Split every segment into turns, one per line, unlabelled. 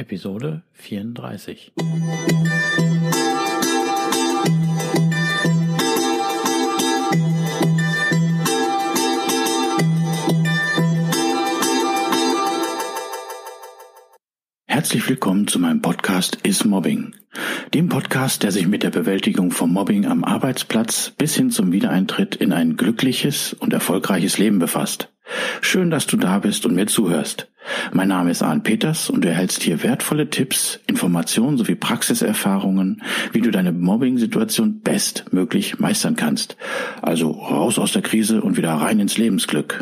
Episode 34. Herzlich willkommen zu meinem Podcast Is Mobbing, dem Podcast, der sich mit der Bewältigung von Mobbing am Arbeitsplatz bis hin zum Wiedereintritt in ein glückliches und erfolgreiches Leben befasst. Schön, dass du da bist und mir zuhörst. Mein Name ist Arne Peters und du erhältst hier wertvolle Tipps, Informationen sowie Praxiserfahrungen, wie du deine Mobbing-Situation bestmöglich meistern kannst. Also raus aus der Krise und wieder rein ins Lebensglück.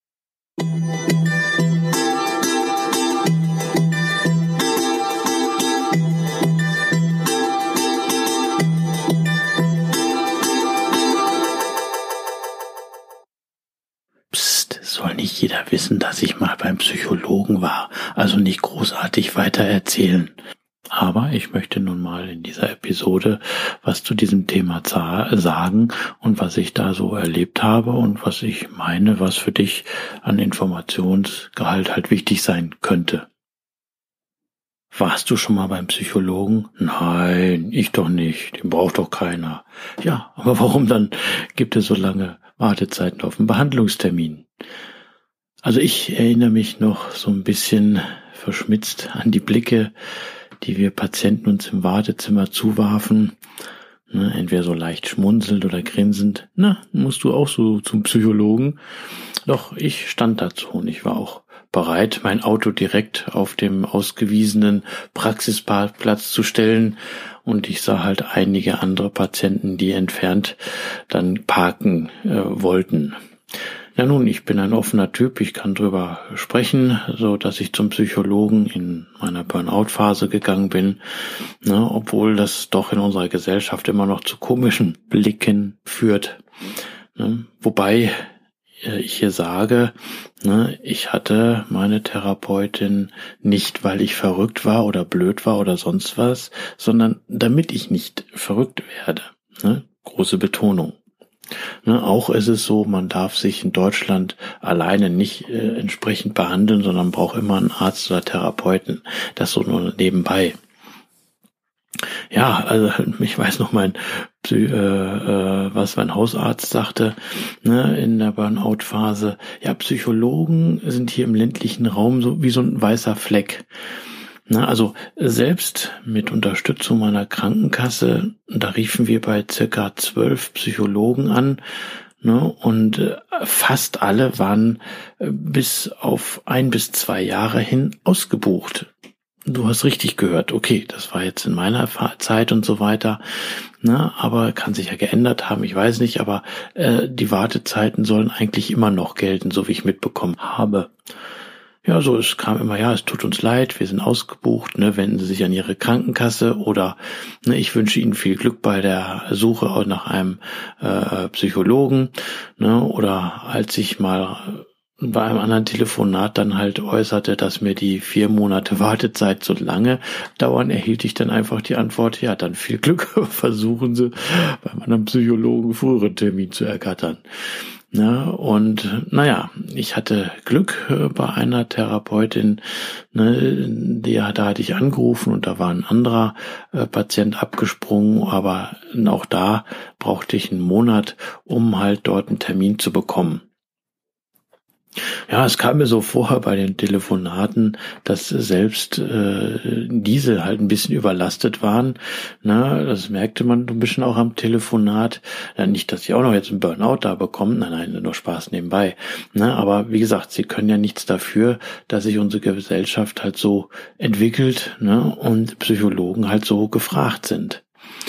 Soll nicht jeder wissen, dass ich mal beim Psychologen war, also nicht großartig weiter erzählen. Aber ich möchte nun mal in dieser Episode was zu diesem Thema sagen und was ich da so erlebt habe und was ich meine, was für dich an Informationsgehalt halt wichtig sein könnte. Warst du schon mal beim Psychologen? Nein, ich doch nicht, den braucht doch keiner. Ja, aber warum dann gibt es so lange Wartezeiten auf einen Behandlungstermin? Also ich erinnere mich noch so ein bisschen verschmitzt an die Blicke, die wir Patienten uns im Wartezimmer zuwarfen. Entweder so leicht schmunzelnd oder grinsend. Musst du auch so zum Psychologen? Doch, ich stand dazu und ich war auch bereit, mein Auto direkt auf dem ausgewiesenen Praxisparkplatz zu stellen. Und ich sah halt einige andere Patienten, die entfernt dann parken wollten. Ja nun, ich bin ein offener Typ, ich kann drüber sprechen, so dass ich zum Psychologen in meiner Burnout-Phase gegangen bin, obwohl das doch in unserer Gesellschaft immer noch zu komischen Blicken führt. Wobei ich hier sage, ich hatte meine Therapeutin nicht, weil ich verrückt war oder blöd war oder sonst was, sondern damit ich nicht verrückt werde. Große Betonung. Auch ist es so, man darf sich in Deutschland alleine nicht entsprechend behandeln, sondern braucht immer einen Arzt oder Therapeuten. Das so nur nebenbei. Ja, also ich weiß noch was mein Hausarzt sagte, in der Burnout-Phase. Ja, Psychologen sind hier im ländlichen Raum so wie so ein weißer Fleck. Also selbst mit Unterstützung meiner Krankenkasse, da riefen wir bei circa 12 Psychologen an, und fast alle waren bis auf 1 bis 2 Jahre hin ausgebucht. Du hast richtig gehört, okay, das war jetzt in meiner Zeit und so weiter, aber kann sich ja geändert haben, ich weiß nicht, aber die Wartezeiten sollen eigentlich immer noch gelten, so wie ich mitbekommen habe. Ja, so, es kam immer, es tut uns leid, wir sind ausgebucht, wenden Sie sich an Ihre Krankenkasse oder ich wünsche Ihnen viel Glück bei der Suche auch nach einem Psychologen, oder als ich mal bei einem anderen Telefonat dann halt äußerte, dass mir die 4 Monate Wartezeit so lange dauern, erhielt ich dann einfach die Antwort, ja, dann viel Glück, versuchen Sie beim anderen Psychologen früheren Termin zu ergattern. Ich hatte Glück bei einer Therapeutin, da hatte ich angerufen und da war ein anderer Patient abgesprungen, aber auch da brauchte ich einen Monat, um halt dort einen Termin zu bekommen. Ja, es kam mir so vor bei den Telefonaten, dass selbst diese halt ein bisschen überlastet waren. Das merkte man ein bisschen auch am Telefonat. Nicht, dass sie auch noch jetzt einen Burnout da bekommen. Nein, nur Spaß nebenbei. Aber wie gesagt, sie können ja nichts dafür, dass sich unsere Gesellschaft halt so entwickelt, und Psychologen halt so gefragt sind.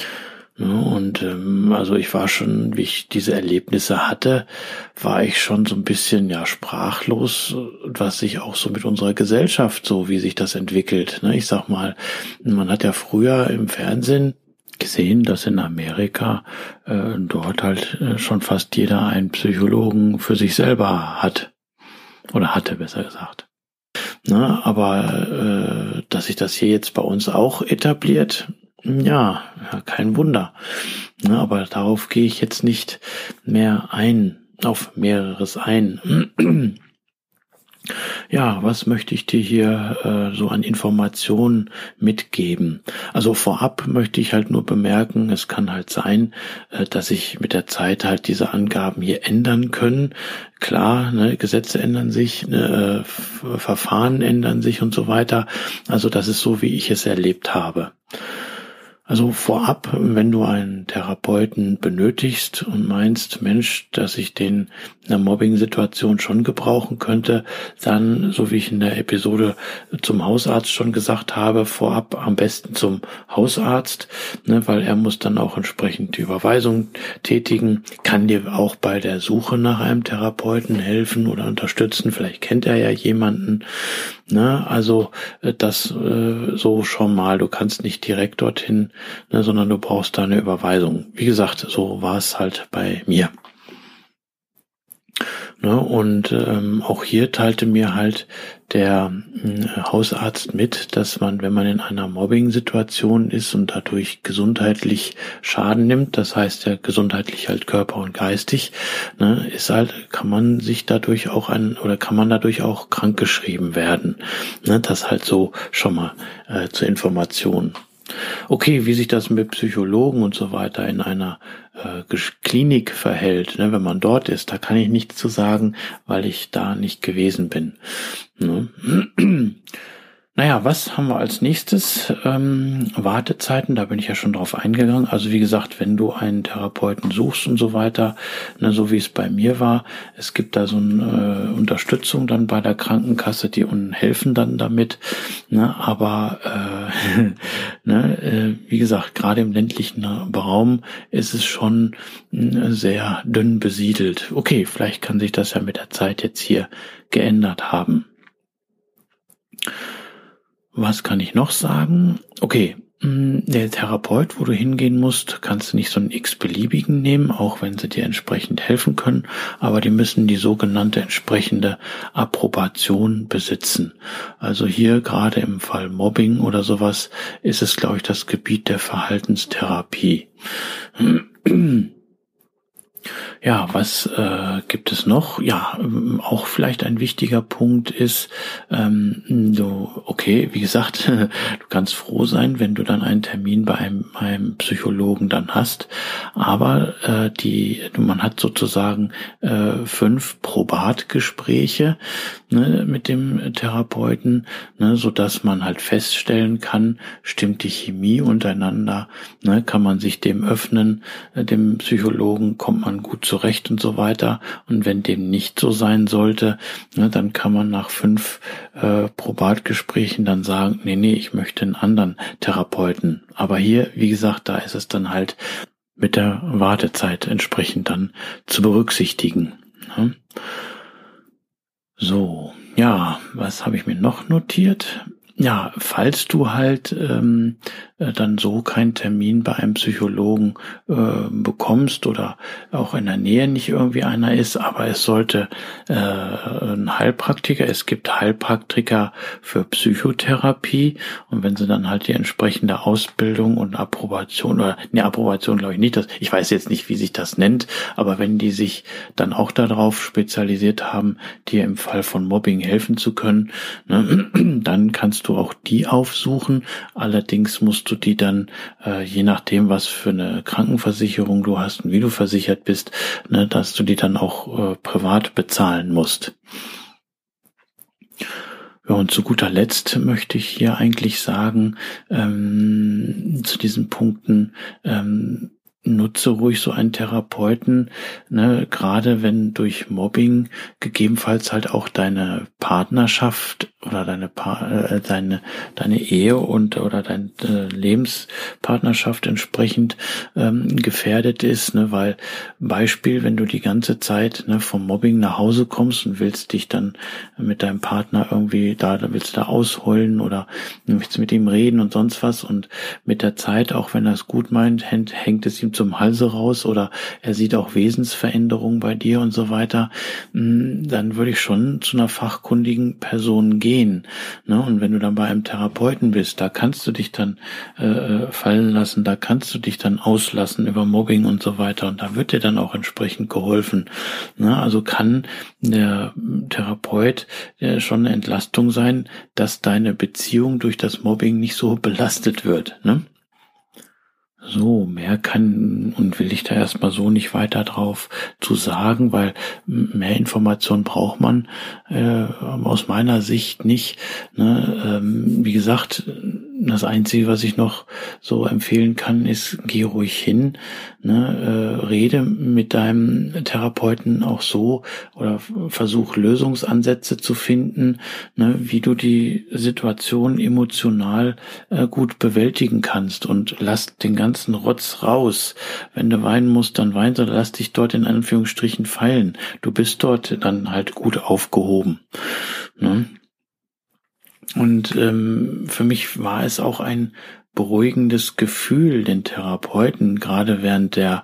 Also ich war schon, wie ich diese Erlebnisse hatte, war ich schon so ein bisschen sprachlos, was sich auch so mit unserer Gesellschaft, so wie sich das entwickelt. Ich sag mal, man hat ja früher im Fernsehen gesehen, dass in Amerika dort halt schon fast jeder einen Psychologen für sich selber hat. Oder hatte, besser gesagt. Aber dass sich das hier jetzt bei uns auch etabliert, ja, kein Wunder. Aber darauf gehe ich jetzt nicht mehr auf mehreres ein. Ja, was möchte ich dir hier so an Informationen mitgeben? Also vorab möchte ich halt nur bemerken, es kann halt sein, dass sich mit der Zeit halt diese Angaben hier ändern können. Klar, ne, Gesetze ändern sich, ne, Verfahren ändern sich und so weiter. Also das ist so, wie ich es erlebt habe. Also vorab, wenn du einen Therapeuten benötigst und meinst, Mensch, dass ich den in einer Mobbing-Situation schon gebrauchen könnte, dann, so wie ich in der Episode zum Hausarzt schon gesagt habe, vorab am besten zum Hausarzt, ne, weil er muss dann auch entsprechend die Überweisung tätigen, kann dir auch bei der Suche nach einem Therapeuten helfen oder unterstützen, vielleicht kennt er ja jemanden, ne, also das so schon mal, du kannst nicht direkt dorthin, ne, sondern du brauchst da eine Überweisung. Wie gesagt, so war es halt bei mir. Ne, und auch hier teilte mir halt der Hausarzt mit, dass man, wenn man in einer Mobbing-Situation ist und dadurch gesundheitlich Schaden nimmt, das heißt ja gesundheitlich halt Körper und geistig, ne, ist halt, kann man dadurch auch krankgeschrieben werden. Ne, das halt so schon mal zur Information. Okay, wie sich das mit Psychologen und so weiter in einer Klinik verhält, ne, wenn man dort ist, da kann ich nichts zu sagen, weil ich da nicht gewesen bin. Ne? Naja, was haben wir als nächstes? Wartezeiten, da bin ich ja schon drauf eingegangen. Also wie gesagt, wenn du einen Therapeuten suchst und so weiter, ne, so wie es bei mir war, es gibt da so eine Unterstützung dann bei der Krankenkasse, die helfen dann damit. Ne, aber wie gesagt, gerade im ländlichen Raum ist es schon sehr dünn besiedelt. Okay, vielleicht kann sich das ja mit der Zeit jetzt hier geändert haben. Was kann ich noch sagen? Okay, der Therapeut, wo du hingehen musst, kannst du nicht so einen x-beliebigen nehmen, auch wenn sie dir entsprechend helfen können, aber die müssen die sogenannte entsprechende Approbation besitzen. Also hier gerade im Fall Mobbing oder sowas ist es, glaube ich, das Gebiet der Verhaltenstherapie. Ja, was gibt es noch? Ja, auch vielleicht ein wichtiger Punkt ist, okay, wie gesagt, du kannst froh sein, wenn du dann einen Termin bei einem Psychologen dann hast, aber man hat sozusagen 5 Probatgespräche, ne, mit dem Therapeuten, ne, so dass man halt feststellen kann, stimmt die Chemie untereinander, ne, kann man sich dem öffnen, dem Psychologen, kommt man gut zurecht und so weiter. Und wenn dem nicht so sein sollte, ne, dann kann man nach 5 Probatgesprächen dann sagen, nee, ich möchte einen anderen Therapeuten. Aber hier, wie gesagt, da ist es dann halt mit der Wartezeit entsprechend dann zu berücksichtigen. Ne? So, ja, was habe ich mir noch notiert? Ja, falls du halt dann so keinen Termin bei einem Psychologen bekommst oder auch in der Nähe nicht irgendwie einer ist, aber es sollte ein Heilpraktiker, es gibt Heilpraktiker für Psychotherapie und wenn sie dann halt die entsprechende Ausbildung und Approbation Approbation glaube ich nicht, ich weiß jetzt nicht, wie sich das nennt, aber wenn die sich dann auch darauf spezialisiert haben, dir im Fall von Mobbing helfen zu können, ne, dann kannst du auch die aufsuchen. Allerdings musst du die dann, je nachdem, was für eine Krankenversicherung du hast und wie du versichert bist, ne, dass du die dann auch privat bezahlen musst. Ja, und zu guter Letzt möchte ich hier eigentlich sagen, zu diesen Punkten, nutze ruhig so einen Therapeuten, ne, gerade wenn durch Mobbing gegebenenfalls halt auch deine Partnerschaft oder deine Ehe oder deine Lebenspartnerschaft entsprechend gefährdet ist, ne, weil Beispiel, wenn du die ganze Zeit, ne, vom Mobbing nach Hause kommst und willst dich dann mit deinem Partner irgendwie willst du da ausheulen oder willst mit ihm reden und sonst was und mit der Zeit, auch wenn er es gut meint, hängt es ihm zum Halse raus oder er sieht auch Wesensveränderungen bei dir und so weiter, dann würde ich schon zu einer fachkundigen Person gehen. Ne? Und wenn du dann bei einem Therapeuten bist, da kannst du dich dann fallen lassen, da kannst du dich dann auslassen über Mobbing und so weiter und da wird dir dann auch entsprechend geholfen. Ne? Also kann der Therapeut schon eine Entlastung sein, dass deine Beziehung durch das Mobbing nicht so belastet wird. Ne? So, mehr kann und will ich da erstmal so nicht weiter drauf zu sagen, weil mehr Information braucht man aus meiner Sicht nicht. Ne? Wie gesagt, das Einzige, was ich noch so empfehlen kann, ist, geh ruhig hin, ne? Rede mit deinem Therapeuten auch so oder versuch Lösungsansätze zu finden, ne? Wie du die Situation emotional gut bewältigen kannst und lass den ganzen Rotz raus. Wenn du weinen musst, dann wein, oder lass dich dort in Anführungsstrichen fallen. Du bist dort dann halt gut aufgehoben. Ne? Und für mich war es auch ein beruhigendes Gefühl, den Therapeuten, gerade während der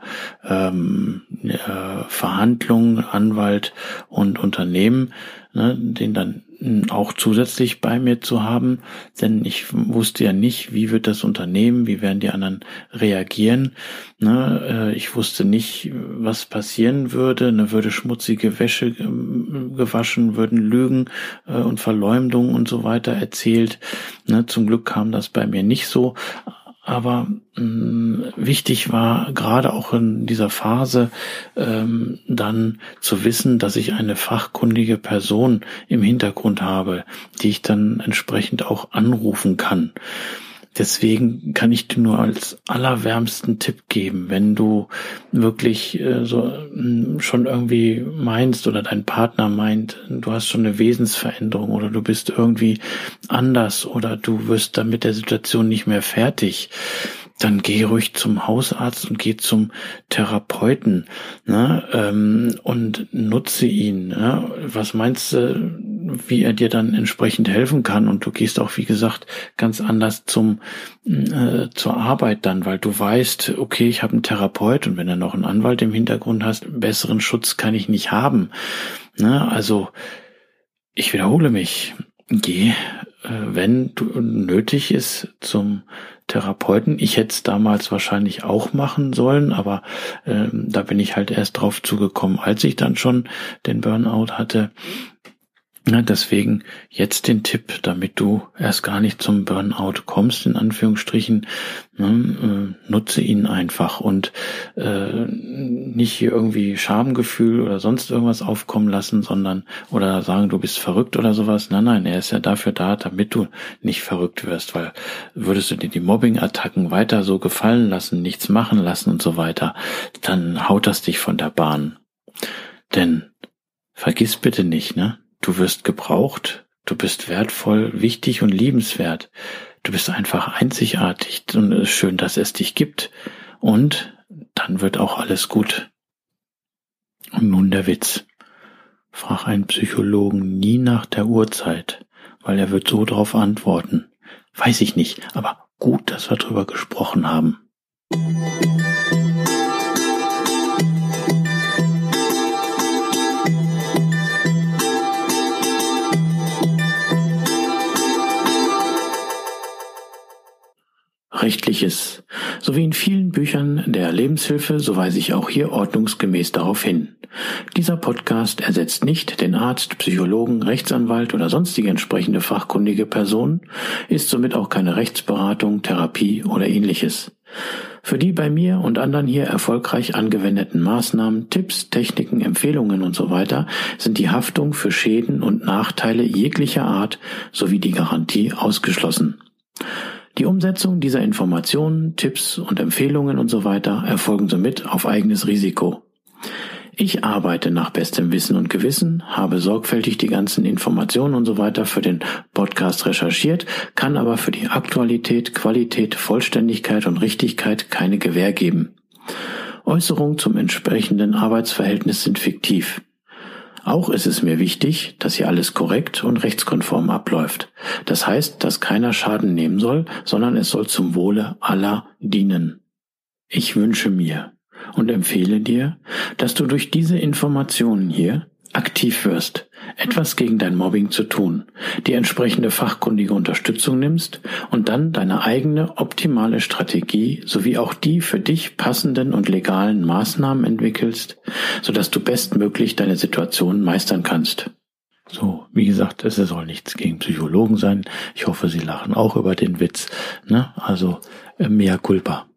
Verhandlungen, Anwalt und Unternehmen, ne, den dann auch zusätzlich bei mir zu haben, denn ich wusste ja nicht, wie wird das Unternehmen, wie werden die anderen reagieren. Ne, ich wusste nicht, was passieren würde. Ne, würde schmutzige Wäsche gewaschen, würden Lügen und Verleumdung und so weiter erzählt. Ne, zum Glück kam das bei mir nicht so. Aber wichtig war gerade auch in dieser Phase dann zu wissen, dass ich eine fachkundige Person im Hintergrund habe, die ich dann entsprechend auch anrufen kann. Deswegen kann ich dir nur als allerwärmsten Tipp geben, wenn du wirklich schon irgendwie meinst oder dein Partner meint, du hast schon eine Wesensveränderung oder du bist irgendwie anders oder du wirst dann mit der Situation nicht mehr fertig, dann geh ruhig zum Hausarzt und geh zum Therapeuten, ne, und nutze ihn. Ne? Was meinst du, wie er dir dann entsprechend helfen kann? Und du gehst auch, wie gesagt, ganz anders zur Arbeit dann, weil du weißt, okay, ich habe einen Therapeut und wenn du noch einen Anwalt im Hintergrund hast, besseren Schutz kann ich nicht haben. Ne? Also ich wiederhole mich, geh, wenn du nötig ist, zum Therapeuten. Ich hätte es damals wahrscheinlich auch machen sollen, aber da bin ich halt erst drauf zugekommen, als ich dann schon den Burnout hatte. Ja, deswegen jetzt den Tipp, damit du erst gar nicht zum Burnout kommst, in Anführungsstrichen, nutze ihn einfach und nicht hier irgendwie Schamgefühl oder sonst irgendwas aufkommen lassen, sondern oder sagen, du bist verrückt oder sowas. Nein, er ist ja dafür da, damit du nicht verrückt wirst, weil würdest du dir die Mobbing-Attacken weiter so gefallen lassen, nichts machen lassen und so weiter, dann haut das dich von der Bahn. Denn vergiss bitte nicht, ne? Du wirst gebraucht, du bist wertvoll, wichtig und liebenswert. Du bist einfach einzigartig und es ist schön, dass es dich gibt. Und dann wird auch alles gut. Und nun der Witz. Frag einen Psychologen nie nach der Uhrzeit, weil er wird so drauf antworten. Weiß ich nicht, aber gut, dass wir drüber gesprochen haben. Rechtliches. So wie in vielen Büchern der Lebenshilfe, so weise ich auch hier ordnungsgemäß darauf hin. Dieser Podcast ersetzt nicht den Arzt, Psychologen, Rechtsanwalt oder sonstige entsprechende fachkundige Person, ist somit auch keine Rechtsberatung, Therapie oder ähnliches. Für die bei mir und anderen hier erfolgreich angewendeten Maßnahmen, Tipps, Techniken, Empfehlungen und so weiter sind die Haftung für Schäden und Nachteile jeglicher Art sowie die Garantie ausgeschlossen. Die Umsetzung dieser Informationen, Tipps und Empfehlungen und so weiter erfolgen somit auf eigenes Risiko. Ich arbeite nach bestem Wissen und Gewissen, habe sorgfältig die ganzen Informationen und so weiter für den Podcast recherchiert, kann aber für die Aktualität, Qualität, Vollständigkeit und Richtigkeit keine Gewähr geben. Äußerungen zum entsprechenden Arbeitsverhältnis sind fiktiv. Auch ist es mir wichtig, dass hier alles korrekt und rechtskonform abläuft. Das heißt, dass keiner Schaden nehmen soll, sondern es soll zum Wohle aller dienen. Ich wünsche mir und empfehle dir, dass du durch diese Informationen hier aktiv wirst, etwas gegen dein Mobbing zu tun, die entsprechende fachkundige Unterstützung nimmst und dann deine eigene optimale Strategie sowie auch die für dich passenden und legalen Maßnahmen entwickelst, sodass du bestmöglich deine Situation meistern kannst. So, wie gesagt, es soll nichts gegen Psychologen sein. Ich hoffe, Sie lachen auch über den Witz, ne? Also, mea culpa.